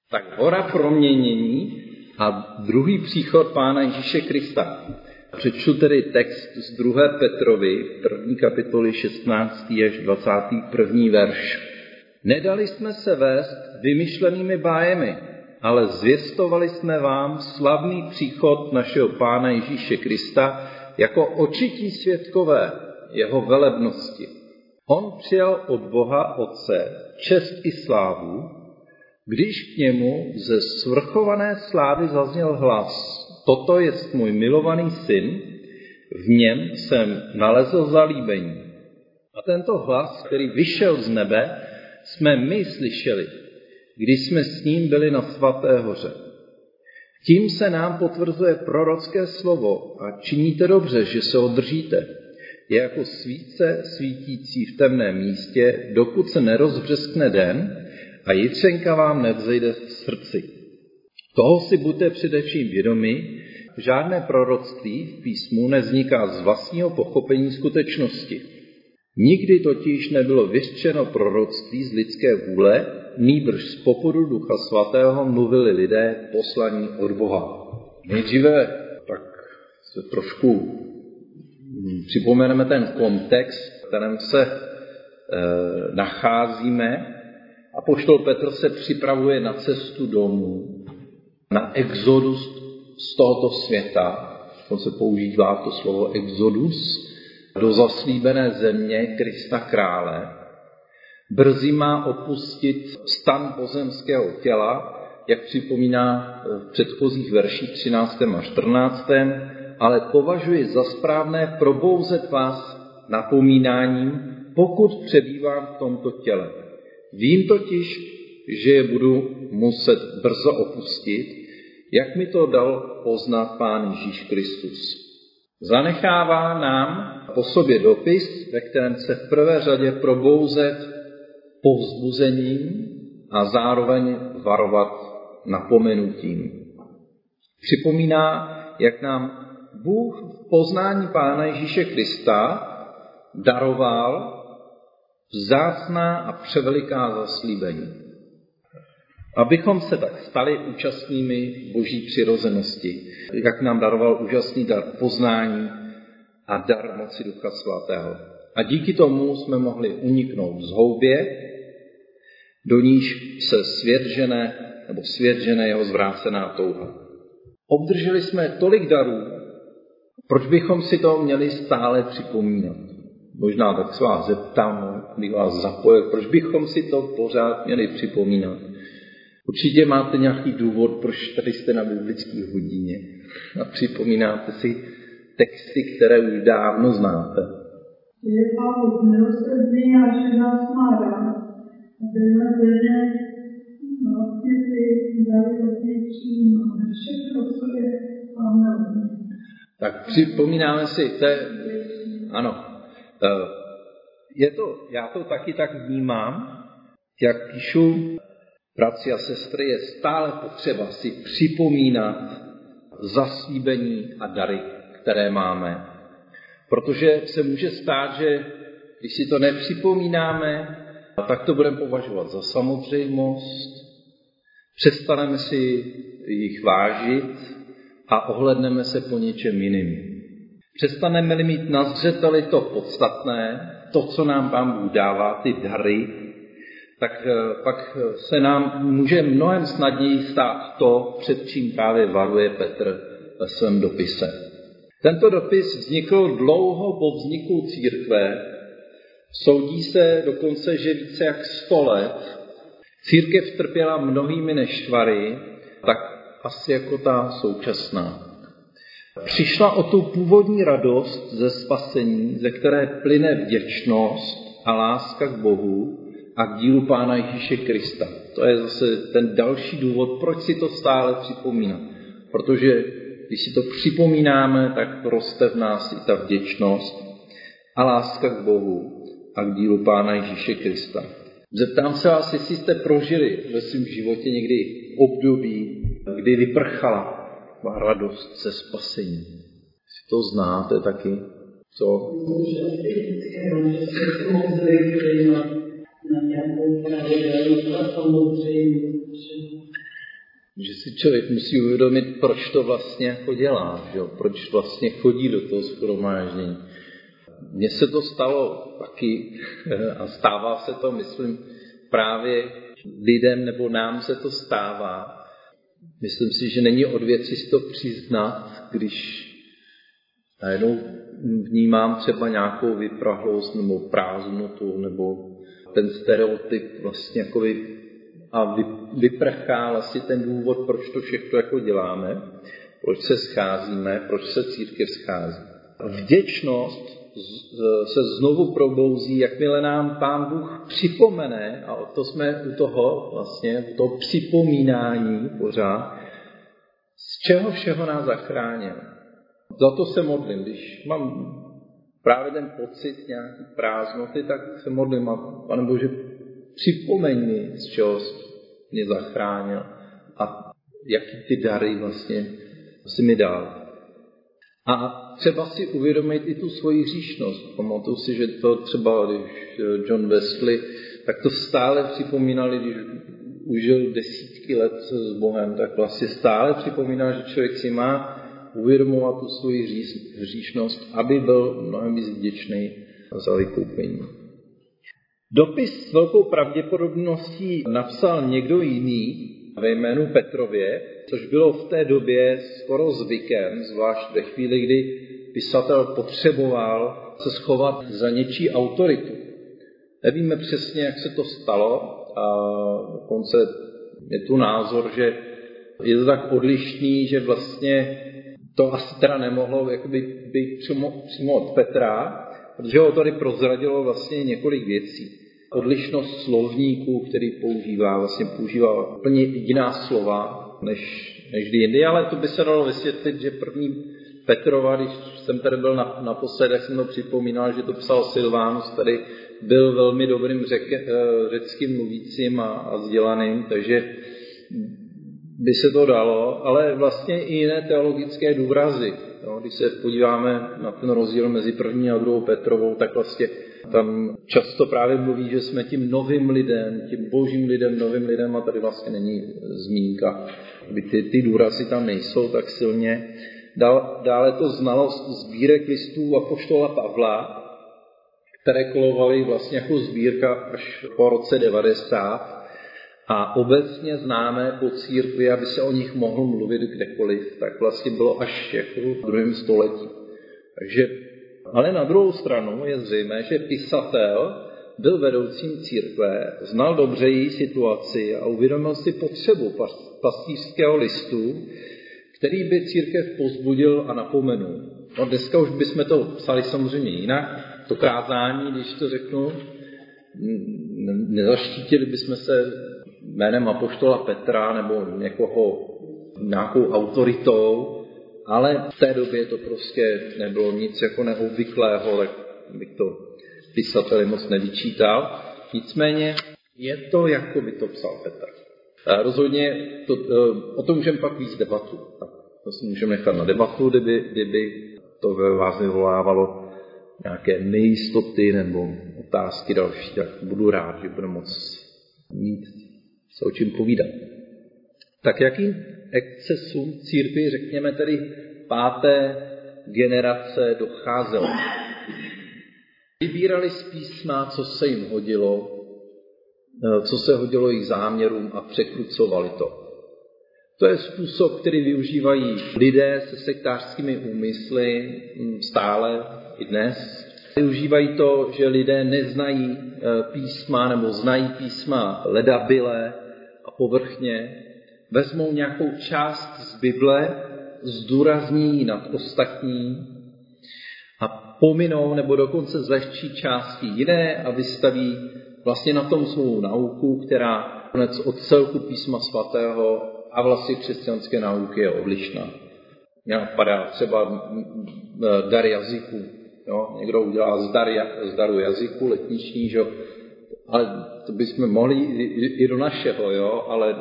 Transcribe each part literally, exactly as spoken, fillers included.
Tak hora proměnění a druhý příchod Pána Ježíše Krista. Přečtu tedy text z druhé Petrovy, první kapitoly šestnáctý až dvacátý první verš. Nedali jsme se vést vymyšlenými bájemi, ale zvěstovali jsme vám slavný příchod našeho Pána Ježíše Krista jako očití svědkové jeho velebnosti. On přijal od Boha Otce čest i slávu, když k němu ze svrchované slávy zazněl hlas. Toto je můj milovaný syn, v něm jsem nalezl zalíbení. A tento hlas, který vyšel z nebe, jsme my slyšeli, když jsme s ním byli na svaté hoře. Tím se nám potvrzuje prorocké slovo a činíte dobře, že se ho držíte. Je jako svíce svítící v temném místě, dokud se nerozbřeskne den a jitřenka vám nevzejde v srdci. Toho si buďte především vědomi, žádné proroctví v písmu nevzniká z vlastního pochopení skutečnosti. Nikdy totiž nebylo vyřčeno proroctví z lidské vůle, nýbrž z popudu Ducha Svatého mluvili lidé poslaní od Boha. Nejdříve tak se trošku připomeneme ten kontext, v kterém se e, nacházíme. Apoštol Petr se připravuje na cestu domů, na exodus z tohoto světa. On se používá to slovo exodus, do zaslíbené země Krista krále. Brzy má opustit stan pozemského těla, jak připomíná v předchozích verších třináctém a čtrnáctém, ale považuji za správné probouzet vás napomínáním, pokud přebývám v tomto těle. Vím totiž, že je budu muset brzo opustit, jak mi to dal poznat Pán Ježíš Kristus. Zanechává nám po sobě dopis, ve kterém se v prvé řadě probouzet povzbuzením a zároveň varovat napomenutím. Připomíná, jak nám Bůh v poznání Pána Ježíše Krista daroval vzácná a převeliká zaslíbení. Abychom se tak stali účastními Boží přirozenosti, jak nám daroval úžasný dar poznání a dar moci Ducha Svatého. A díky tomu jsme mohli uniknout z houbě, do níž se svět žene, nebo svět žene jeho zvrácená touha. Obdrželi jsme tolik darů, proč bychom si to měli stále připomínat? Možná tak se vás zeptám, bych vás zapojil, proč bychom si to pořád měli připomínat? Určitě máte nějaký důvod, proč tady jste na biblické hodině a připomínáte si texty, které už dávno znáte. Je Pavel milosrdný a že nás má rád. A byla země vlastně si dali hodně přijímat. Všechno, co je Pavel. Tak připomínáme si, to je, ano, je to, já to taky tak vnímám, jak píšu, bratři a sestry, je stále potřeba si připomínat zaslíbení a dary, které máme. Protože se může stát, že když si to nepřipomínáme, tak to budeme považovat za samozřejmost, přestaneme si jich vážit a ohledneme se po něčem jiným. Přestaneme-li mít na zřeteli to podstatné, to, co nám Pán Bůh dává, ty dary, tak pak se nám může mnohem snadněji stát to, před čím právě varuje Petr ve svém dopise. Tento dopis vznikl dlouho po vzniku církve. Soudí se dokonce, že více jak sto let. Církev trpěla mnohými neštvary, tak asi jako ta současná. Přišla o tu původní radost ze spasení, ze které plyne vděčnost a láska k Bohu a k dílu Pána Ježíše Krista. To je zase ten další důvod, proč si to stále připomínat. Protože když si to připomínáme, tak roste v nás i ta vděčnost a láska k Bohu a k dílu Pána Ježíše Krista. Zeptám se vás, jestli jste prožili ve svém životě někdy období, kdy vyprchala radost ze spasení. Si to znáte taky? Co? že si člověk musí uvědomit, proč to vlastně jako dělá, že? Proč vlastně chodí do toho shromáždění. Mně se to stalo taky a stává se to, myslím, právě lidem nebo nám se to stává. Myslím si, že není od věci si to přiznat, když najednou vnímám třeba nějakou vyprahlost nebo prázdnotu nebo ten stereotyp vlastně jako vy, a vy, vyprchá vlastně ten důvod, proč to všechno jako děláme, proč se scházíme, proč se církev schází. Vděčnost se znovu probouzí, jakmile nám Pán Bůh připomene, a to jsme u toho vlastně, u toho připomínání pořád, z čeho všeho nás zachránil. Za to se modlím, když mám právě ten pocit nějaký prázdnoty, tak se modlím, a Pane Bože, připomeň mi, z čeho mě zachránil a jaký ty dary vlastně si mi dal. A třeba si uvědomit i tu svoji hříšnost. Pamatuju si, že to třeba, když John Wesley, tak to stále připomínali, když užil desítky let s Bohem, tak vlastně stále připomínal, že člověk si má uvědomovat tu svoji hříšnost, aby byl mnohem víc vděčný za vykoupení. Dopis s velkou pravděpodobností napsal někdo jiný ve jménu Petrově, což bylo v té době skoro zvykem, zvlášť ve chvíli, kdy pisatel potřeboval se schovat za něčí autoritu. Nevíme přesně, jak se to stalo, a dokonce je tu názor, že je to tak odlišný, že vlastně to asi teda nemohlo jakoby být přímo, přímo od Petra, protože ho tady prozradilo vlastně několik věcí. Odlišnost slovníků, který používá, vlastně používá úplně jiná slova, než, než jindy, ale to by se dalo vysvětlit, že první Petrova, když jsem tady byl naposled, jak jsem to připomínal, že to psal Silvánus, tady byl velmi dobrým řek, řeckým mluvícím a, a vzdělaným, takže by se to dalo, ale vlastně i jiné teologické důrazy. No, když se podíváme na ten rozdíl mezi první a druhou Petrovou, tak vlastně tam často právě mluví, že jsme tím novým lidem, tím božím lidem, novým lidem, a tady vlastně není zmínka. Ty, ty důrazy tam nejsou tak silně. Dále to znalost sbírek listů apoštola Pavla, které kolovaly vlastně jako sbírka až po roce devadesát a obecně známé po církvi, aby se o nich mohlo mluvit kdekoliv, tak vlastně bylo až jako v druhém století. Takže, ale na druhou stranu je zřejmé, že pisatel byl vedoucím církve, znal dobře její situaci a uvědomil si potřebu pastýřského listu, který by církev povzbudil a napomenul. No dneska už bychom to psali samozřejmě jinak, to kázání, když to řeknu, nezaštítili bychom se jménem apoštola Petra nebo někoho nějakou autoritou, ale v té době to prostě nebylo nic jako neobvyklého, tak bych to pisateli moc nevyčítal. Nicméně je to, jako by to psal Petr. A rozhodně to, o tom můžeme pak víc debatu. Tak to si můžeme nechat na debatu, kdyby, kdyby to ve vás vyvolávalo nějaké nejistoty nebo otázky další, tak budu rád, že budu moc mít se o čím povídat. Tak jakým excesům církvi, řekněme tedy páté generace, docházelo? Vybírali z písma, co se jim hodilo, co se hodilo jejich záměrům a překrucovali to. To je způsob, který využívají lidé se sektářskými úmysly stále i dnes. Využívají to, že lidé neznají písma nebo znají písma ledabyle a povrchně. Vezmou nějakou část z Bible, zdůrazní ji nad ostatní a pominou nebo dokonce zlehčí části jiné a vystaví vlastně na tom svou nauku, která konec od celku písma svatého a vlastně křesťanské nauky je odlišná. Mně napadá třeba dar jazyků. Jo? Někdo udělá z, dar, z daru jazyku letniční, že? Ale to bychom mohli i, i do našeho, jo? Ale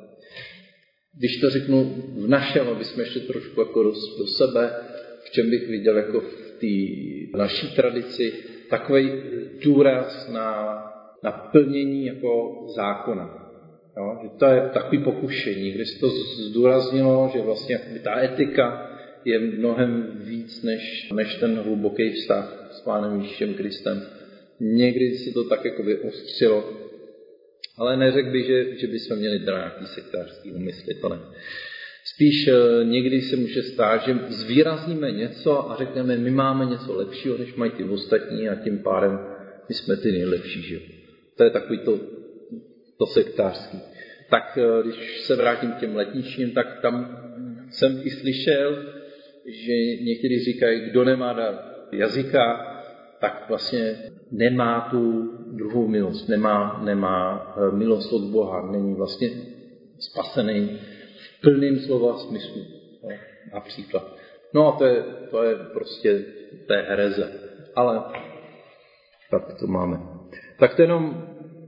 když to řeknu v našem, aby jsme ještě trošku jako do, do sebe, v čem bych viděl jako v té naší tradici, takový důraz na, na plnění jako zákona. Jo? Že to je takový pokušení, kde se to zdůraznilo, že vlastně ta etika je mnohem víc než, než ten hluboký vztah s Pánem Ježíšem Kristem. Někdy se to tak jako vyostřilo, ale neřekl bych, že, že bychom měli teda nějaký sektářský úmysly, to ne. Spíš někdy se může stát, že zvýrazníme něco a řekneme, my máme něco lepšího, než mají ty ostatní a tím pádem my jsme ty nejlepší, že? To je takový to, to sektářský. Tak když se vrátím k těm letničním, tak tam jsem i slyšel, že někteří říkají, kdo nemá dar jazyka, tak vlastně nemá tu druhou milost, nemá, nemá milost od Boha, není vlastně spasený v plném slova smyslu, no, například. No a to je, to je prostě té hereze, ale tak to máme. Tak to jenom,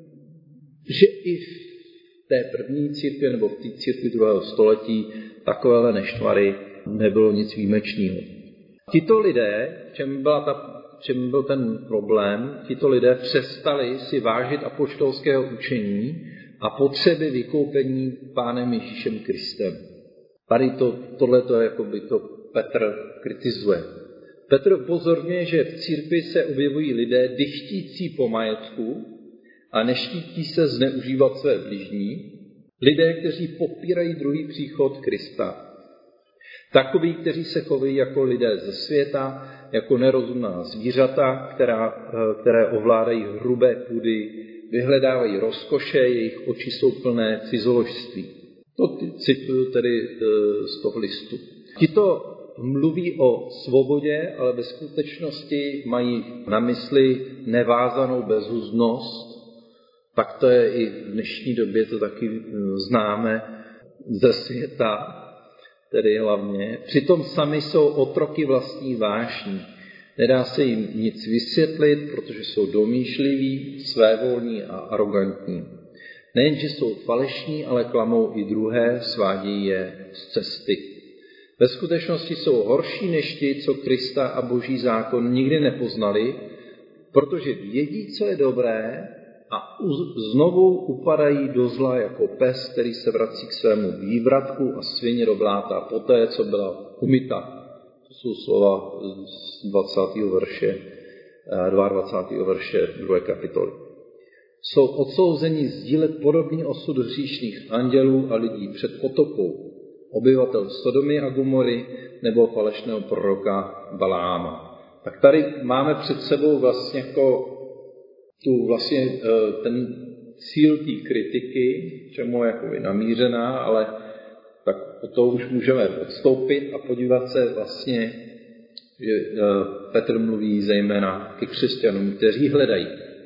že i v té první církvi nebo v té církvi druhého století takovéhle neštvary nebylo nic výjimečného. Tito lidé, v čem, byla ta, v čem byl ten problém, tito lidé přestali si vážit apoštolského učení a potřeby vykoupení Pánem Ježíšem Kristem. Tady to, tohleto je, jako by to Petr kritizuje. Petr upozorňuje, že v církvi se objevují lidé dychtící po majetku a neštítí se zneužívat své bližní, lidé, kteří popírají druhý příchod Krista. Takoví, kteří se chovají jako lidé ze světa, jako nerozumná zvířata, která, které ovládají hrubé půdy, vyhledávají rozkoše, jejich oči jsou plné cizoložství. To cituju tedy z toho listu. Tito mluví o svobodě, ale ve skutečnosti mají na mysli nevázanou bezúznost. Tak to je i v dnešní době, to taky známe ze světa, tedy hlavně. Přitom sami jsou otroky vlastní vášní. Nedá se jim nic vysvětlit, protože jsou domýšliví, svévolní a arrogantní. Nejen, že jsou falešní, ale klamou i druhé, svádějí je z cesty. Ve skutečnosti jsou horší než ti, co Krista a Boží zákon nikdy nepoznali, protože vědí, co je dobré, a znovu upadají do zla jako pes, který se vrací k svému vývratku a svině do bláta poté, co byla umyta. To jsou slova z dvacátého verše, dvacátého verše druhé kapitoly. Jsou odsouzeni sdílet podobný osud hříšných andělů a lidí před potopou, obyvatel Sodomy a Gomory nebo falešného proroka Baláma. Tak tady máme před sebou vlastně jako tu vlastně ten cíl té kritiky, čemu je jako namířená, ale tak to už můžeme odstoupit a podívat se vlastně, že Petr mluví zejména ke křesťanům, kteří hledají.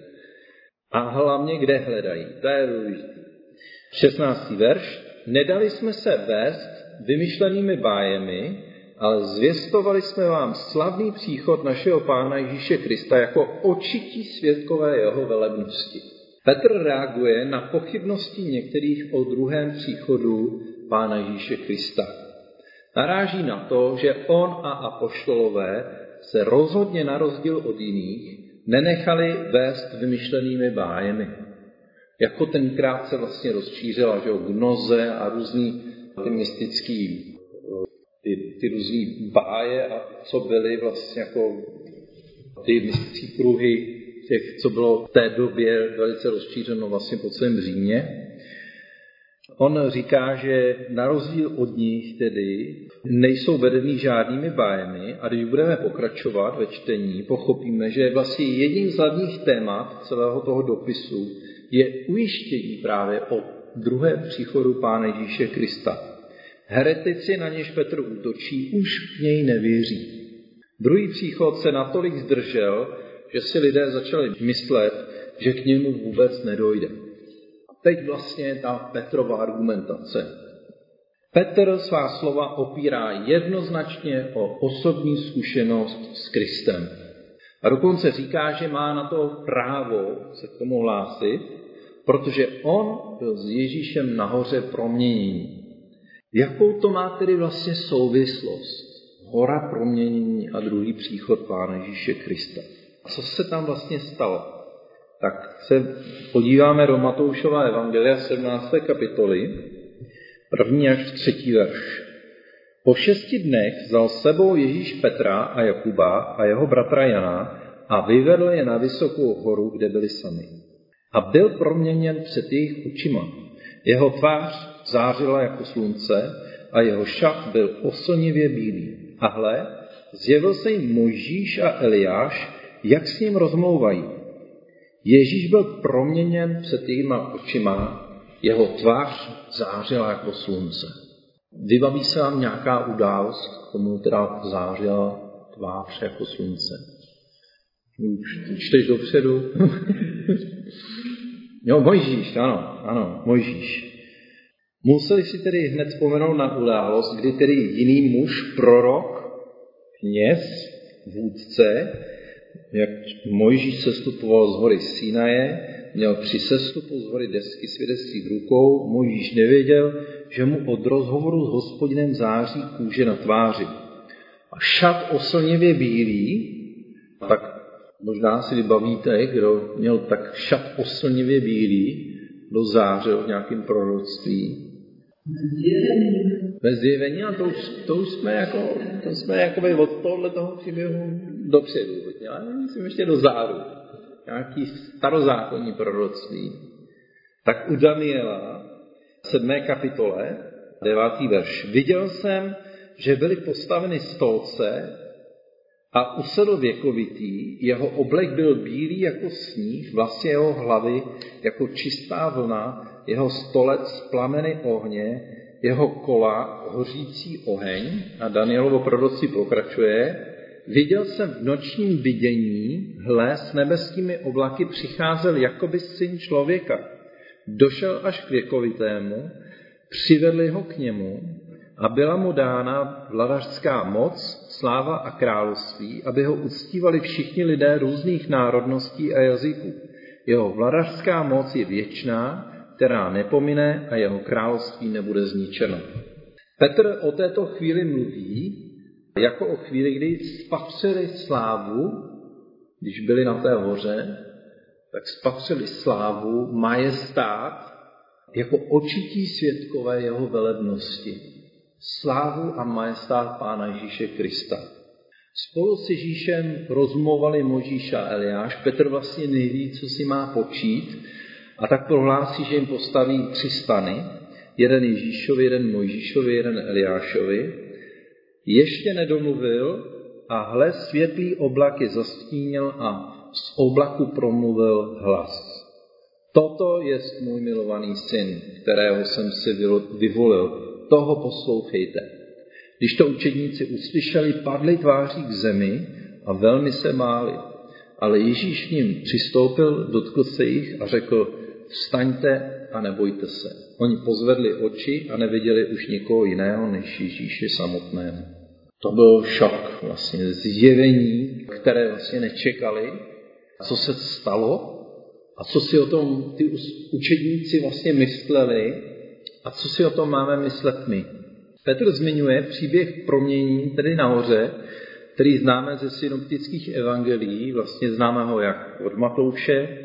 A hlavně kde hledají. To je důležité. šestnáctý verš. Nedali jsme se vést vymyšlenými bájemi, ale zvěstovali jsme vám slavný příchod našeho Pána Ježíše Krista jako očití svědkové jeho velebnosti. Petr reaguje na pochybnosti některých o druhém příchodu Pána Ježíše Krista. Naráží na to, že on a apoštolové se rozhodně na rozdíl od jiných nenechali vést vymyšlenými bájemi. Jako tenkrát se vlastně rozšířila, že gnoze a různý ty mystický Ty, ty různý báje a co byly vlastně jako ty mystické kruhy, těch, co bylo v té době velice rozšířeno vlastně po celém Římě. On říká, že na rozdíl od nich tedy nejsou vedení žádnými bájemi a když budeme pokračovat ve čtení, pochopíme, že vlastně jedním z hlavních témat celého toho dopisu je ujištění právě o druhém příchodu Pána Ježíše Krista. Heretici, na něž Petr útočí, už v něj nevěří. Druhý příchod se natolik zdržel, že si lidé začali myslet, že k němu vůbec nedojde. A teď vlastně ta Petrova argumentace. Petr svá slova opírá jednoznačně o osobní zkušenost s Kristem. A dokonce říká, že má na to právo se k tomu hlásit, protože on byl s Ježíšem nahoře proměněný. Jakou to má tedy vlastně souvislost? Hora proměnění a druhý příchod Pána Ježíše Krista. Co se tam vlastně stalo? Tak se podíváme do Matoušova evangelia sedmnácté kapitoly, první až třetí verš. Po šesti dnech vzal s sebou Ježíš Petra a Jakuba a jeho bratra Jana a vyvedl je na vysokou horu, kde byli sami. A byl proměněn před jejich očima. Jeho tvář zářila jako slunce a jeho šat byl oslnivě bílý. A hle, zjevil se jim Mojžíš a Eliáš, jak s ním rozmlouvají. Ježíš byl proměněn před jejima očima, jeho tvář zářila jako slunce. Vybaví se vám nějaká událost, komu teda zářila tvář jako slunce? Už čteš dopředu? Jo, Mojžíš, ano, ano, Mojžíš. Museli si tedy hned vzpomenout na událost, kdy tedy jiný muž, prorok, kněz, vůdce, jak Mojžíš sestupoval z hory Sinaje, měl při sestupu z hory desky svědectví v rukou, Mojžíš nevěděl, že mu od rozhovoru s Hospodinem září kůže na tváři. A šat oslnivě bílý, tak možná si vybavíte, kdo měl tak šat oslnivě bílý, kdo zářil v nějakém proroctví. Ve zjevení, a to už, to už jsme jako, to jsme jakoby od tohle toho příběhu dopředu. Já myslím ještě do záru. Nějaký starozákonní proroctví. Tak u Daniela v sedmé kapitole, devátý verš. Viděl jsem, že byly postaveny stolce a usedl věkovitý, jeho oblek byl bílý jako sníh, vlasy jeho hlavy jako čistá vlna, jeho stolec z plameny ohně, jeho kola hořící oheň. A Danielovo proroctví pokračuje. Viděl jsem v nočním vidění, hle, s nebeskými oblaky přicházel jakoby syn člověka. Došel až k věkovitému, přivedli ho k němu a byla mu dána vladařská moc, sláva a království, aby ho uctívali všichni lidé různých národností a jazyků. Jeho vladařská moc je věčná, která nepomine a jeho království nebude zničeno. Petr o této chvíli mluví jako o chvíli, kdy spatřili slávu, když byli na té hoře, tak spatřili slávu, majestát, jako očití svědkové jeho velebnosti. Slávu a majestát Pána Ježíše Krista. Spolu s Ježíšem rozmlouvali Mojžíš a Eliáš. Petr vlastně neví, co si má počít, a tak prohlásí, že jim postaví tři stany. Jeden Ježíšovi, jeden Mojžíšovi, jeden Eliášovi. Ještě nedomluvil a hle, světlý oblak je zastínil a z oblaku promluvil hlas. Toto je můj milovaný syn, kterého jsem si vyvolil. Toho poslouchejte. Když to učedníci uslyšeli, padli tváří k zemi a velmi se máli. Ale Ježíš k ním přistoupil, dotkl se jich a řekl, vstaňte a nebojte se. Oni pozvedli oči a neviděli už nikoho jiného než Ježíše samotného. To byl šok, vlastně zjevení, které vlastně nečekali. Co se stalo a co si o tom ty učedníci vlastně mysleli a co si o tom máme myslet my. Petr zmiňuje příběh proměnění, tedy nahoře, který známe ze synoptických evangelií, vlastně známe ho jak od Matouše,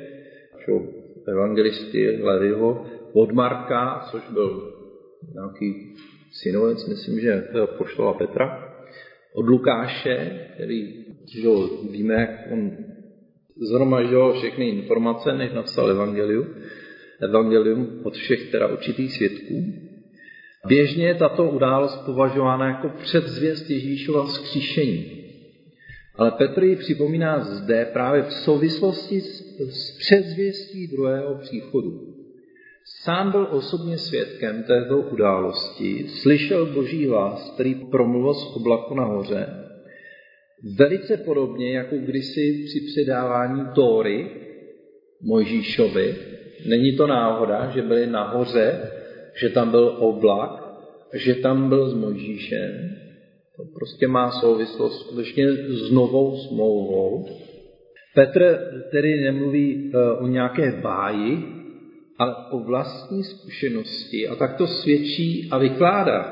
evangelisty Leviho, od Marka, což byl nějaký synovec, myslím, že apoštola Petra, od Lukáše, který, že víme, jak on zhromažďoval všechny informace, než napsal evangelium, evangelium od všech teda určitých svědků. Běžně je tato událost považována jako předzvěst Ježíšova vzkříšení. Ale Petr ji připomíná zde právě v souvislosti s předzvěstí druhého příchodu. Sám byl osobně svědkem této události, slyšel Boží hlas, který promluvil z oblaku nahoře, velice podobně jako kdysi při předávání Tóry Mojžíšovi. Není to náhoda, že byli nahoře, že tam byl oblak, že tam byl s Mojžíšem. To prostě má souvislost skutečně s novou smlouvou. Petr tedy nemluví o nějaké báji, ale o vlastní zkušenosti a tak to svědčí a vykládá.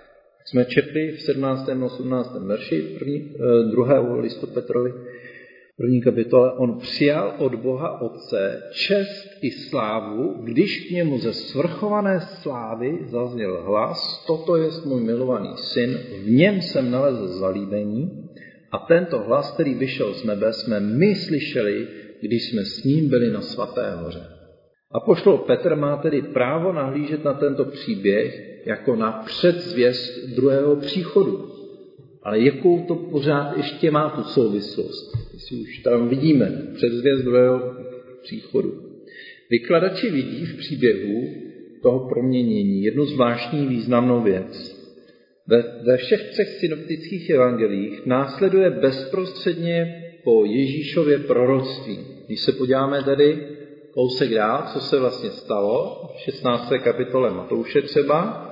Jsme četli v sedmnáctém a osmnáctém verši první, druhého listu Petrovi. První kapitole, on přijal od Boha Otce čest i slávu, když k němu ze svrchované slávy zazněl hlas, toto jest můj milovaný syn, v něm jsem nalezl zalíbení, a tento hlas, který vyšel z nebe, jsme my slyšeli, když jsme s ním byli na Svaté hoře. Apoštol Petr má tedy právo nahlížet na tento příběh jako na předzvěst druhého příchodu. Ale jakou to pořád ještě má tu souvislost? Jestli už tam vidíme předzvěst druhého příchodu. Vykladači vidí v příběhu toho proměnění jednu zvláštní významnou věc. Ve, ve všech třech synoptických evangelích následuje bezprostředně po Ježíšově proroctví. Když se podíváme tedy kousek dál, co se vlastně stalo, v šestnácté kapitole Matouše třeba,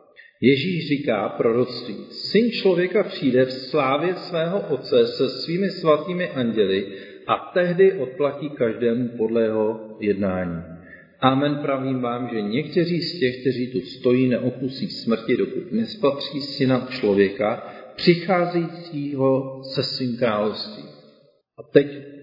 Ježíš říká proroctví. Syn člověka přijde v slávě svého Otce se svými svatými anděli a tehdy odplatí každému podle jeho jednání. Amen, pravím vám, že někteří z těch, kteří tu stojí, neopustí smrti, dokud nespatří Syna člověka, přicházejícího se svým královstvím. A teď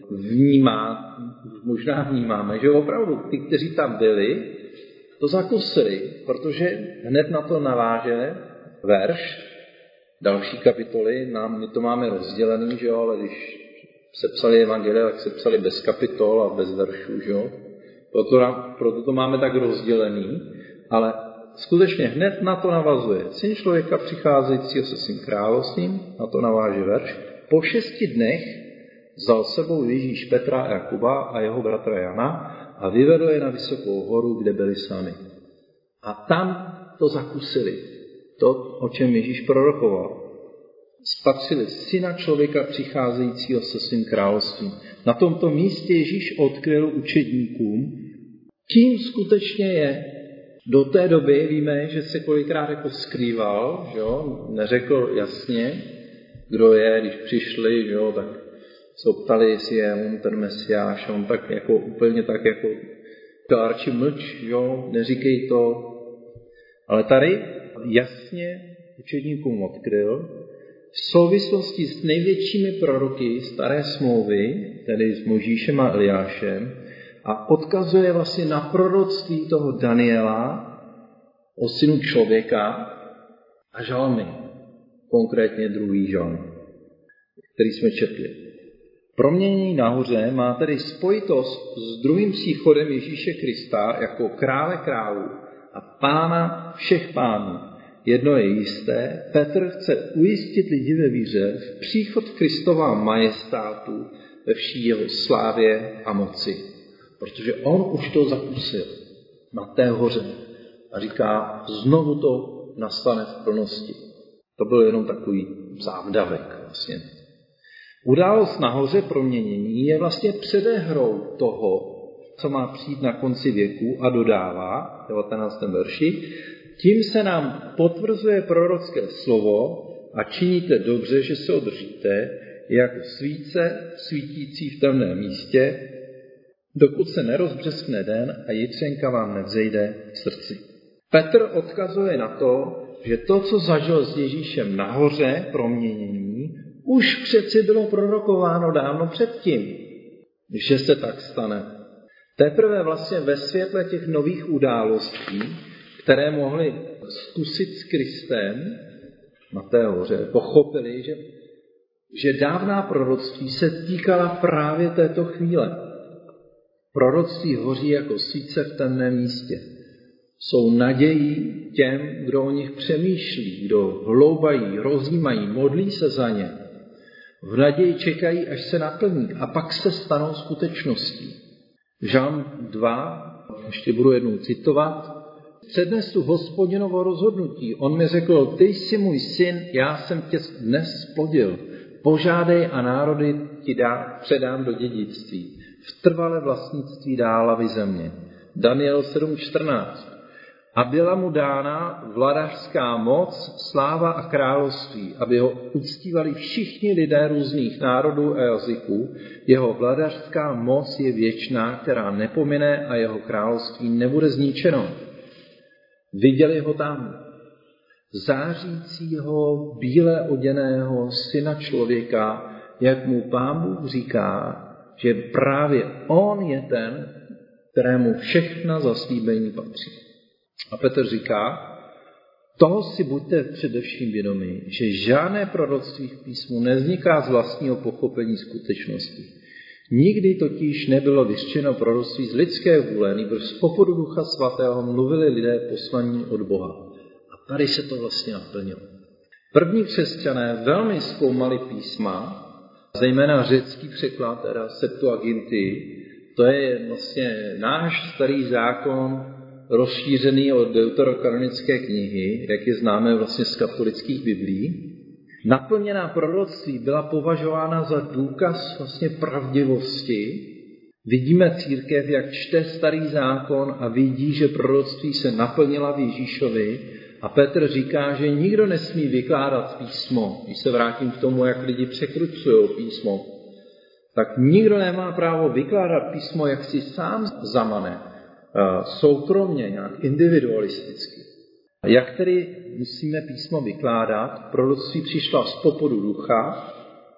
vnímá, možná vnímáme, že opravdu ty, kteří tam byli, to zakusili, protože hned na to naváže verš další kapitoly. Nám, my to máme rozdělený, že jo, ale když se psali evangelia, tak se psali bez kapitol a bez veršů, že jo. Proto, proto to máme tak rozdělený, ale skutečně hned na to navazuje. Syn člověka přicházejícího se svým královstvím, na to naváže verš. Po šesti dnech vzal sebou Ježíš Petra a Jakuba a jeho bratra Jana a vyvedl je na vysokou horu, kde byli sami. A tam to zakusili. To, o čem Ježíš prorokoval. Spatřili Syna člověka přicházejícího se svým královstvím. Na tomto místě Ježíš odkryl učedníkům, kým skutečně je. Do té doby víme, že se kolikrát jako skrýval, že jo? Neřekl jasně, kdo je, když přišli, že jo? Tak se ptali, jestli je on ten Mesiáš, a on tak jako úplně tak jako Arči mlč, jo? Neříkej to. Ale tady jasně učedníkům odkryl, v souvislosti s největšími proroky staré smlouvy, tedy s Mojžíšem a Eliášem, a odkazuje vlastně na proroctví toho Daniela o synu člověka a žalmy, konkrétně druhý žalm, který jsme četli. Proměnění nahoře má tedy spojitost s druhým příchodem Ježíše Krista jako krále králů a pána všech pánů. Jedno je jisté, Petr chce ujistit lidi ve víře v příchod Kristova majestátu ve vší jeho slávě a moci. Protože on už to zakusil na té hoře a říká, znovu to nastane v plnosti. To byl jenom takový závdavek vlastně. Událost nahoře proměnění je vlastně předehrou toho, co má přijít na konci věku a dodává v devatenáctém verši, tím se nám potvrzuje prorocké slovo a činíte dobře, že se održíte, jako svíce svítící v temném místě, dokud se nerozbřeskne den a jitřenka vám nevzejde v srdci. Petr odkazuje na to, že to, co zažil s Ježíšem nahoře proměnění, už přeci bylo prorokováno dávno předtím, že se tak stane. Teprve vlastně ve světle těch nových událostí, které mohli zkusit s Kristem na té hoře, pochopili, že, že dávná proroctví se týkala právě této chvíle. Proroctví hoří jako svíce v temném místě. Jsou nadějí těm, kdo o nich přemýšlí, kdo hloubají, rozjímají, modlí se za ně. V naději čekají, až se naplní a pak se stanou skutečností. Žalm dva, ještě budu jednou citovat, přednesu Hospodinovo rozhodnutí. On mi řekl, ty jsi můj syn, já jsem tě dnes splodil. Požádej a národy ti dá, předám do dědictví. V trvalé vlastnictví dálavy země. Daniel sedm čtrnáct. A byla mu dána vladařská moc, sláva a království, aby ho uctívali všichni lidé různých národů a jazyků. Jeho vladařská moc je věčná, která nepomine a jeho království nebude zničeno. Viděli ho tam, zářícího, bíle oděného syna člověka, jak mu Pán Bůh říká, že právě on je ten, kterému všechna zaslíbení patří. A Petr říká, toho si buďte především vědomí, že žádné proroctví v písmu nevzniká z vlastního pochopení skutečnosti. Nikdy totiž nebylo vyřčeno proroctví z lidské vůle, nýbrž z popudu Ducha Svatého mluvili lidé poslaní od Boha. A tady se to vlastně naplnilo. První křesťané velmi zkoumali písma, zejména řecký překlad, teda Septuaginty, to je vlastně náš starý zákon, rozšířený od deuterokanonické knihy, jak je známe vlastně z katolických biblí. Naplněná proroctví byla považována za důkaz vlastně pravdivosti. Vidíme církev, jak čte starý zákon a vidí, že proroctví se naplnila v Ježíšovi. A Petr říká, že nikdo nesmí vykládat písmo. Když se vrátím k tomu, jak lidi překrucují písmo, tak nikdo nemá právo vykládat písmo, jak si sám zamane, soukromně, nějak individualisticky. A jak tedy musíme písmo vykládat? Proroctví přišla z popudu ducha.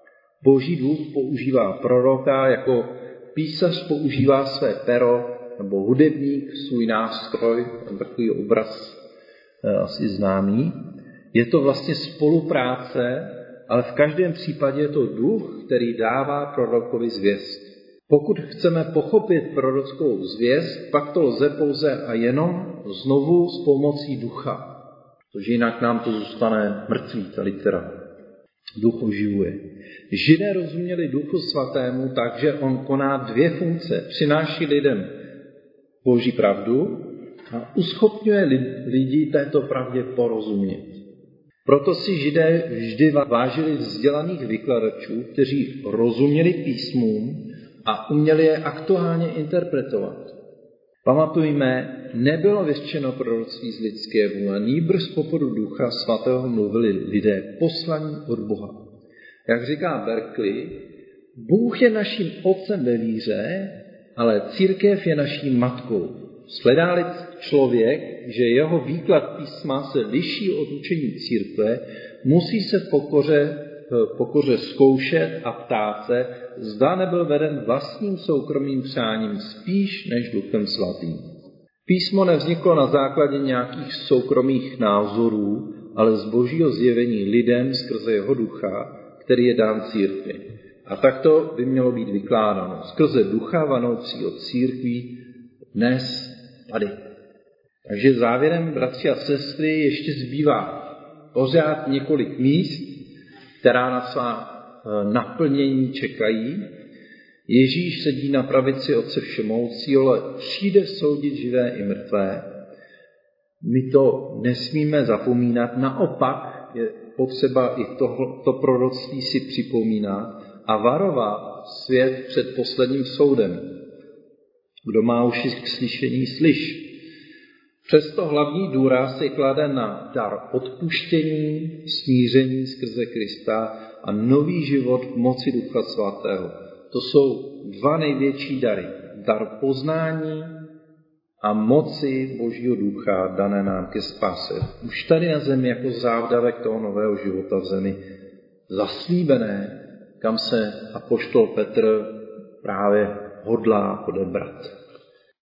Boží duch používá proroka, jako písař používá své pero, nebo hudebník svůj nástroj, takový obraz asi známý. Je to vlastně spolupráce, ale v každém případě je to duch, který dává prorokovi zvěst. Pokud chceme pochopit prorockou zvěst, pak to lze pouze a jenom znovu s pomocí ducha. Protože jinak nám to zůstane mrtvý, ta litera. Duch oživuje. Židé rozuměli Duchu Svatému tak, že on koná dvě funkce. Přináší lidem Boží pravdu a uschopňuje lidi této pravdě porozumět. Proto si Židé vždy vážili vzdělaných vykladačů, kteří rozuměli písmům a uměli je aktuálně interpretovat. Pamatujme, nebylo vyřčeno proroctví z lidské vůle, nýbrž z popudu Ducha Svatého mluvili lidé poslaní od Boha. Jak říká Berkeley, Bůh je naším otcem ve víře, ale církev je naší matkou. Shledá-li člověk, že jeho výklad písma se liší od učení církve, musí se v pokoře, v pokoře zkoušet a ptát se, zda nebyl veden vlastním soukromým přáním spíš než Duchem Svatým. Písmo nevzniklo na základě nějakých soukromých názorů, ale z Božího zjevení lidem skrze jeho ducha, který je dán církvi. A takto by mělo být vykládáno skrze ducha vanoucí od církví dnes tady. Takže závěrem, bratři a sestry, ještě zbývá pořád několik míst, která na svá naplnění čekají. Ježíš sedí na pravici Otce Všemohoucího, ale přijde soudit živé i mrtvé. My to nesmíme zapomínat, naopak je potřeba i to, to proroctví si připomínat a varovat svět před posledním soudem. Kdo má uši k slyšení, slyš. Přesto hlavní důraz se klade na dar odpuštění, smíření skrze Krista a nový život v moci Ducha Svatého. To jsou dva největší dary. Dar poznání a moci Božího Ducha dané nám ke spáse. Už tady na zemi jako závdavek toho nového života v zemi zaslíbené, kam se apoštol Petr právě hodlá odebrat.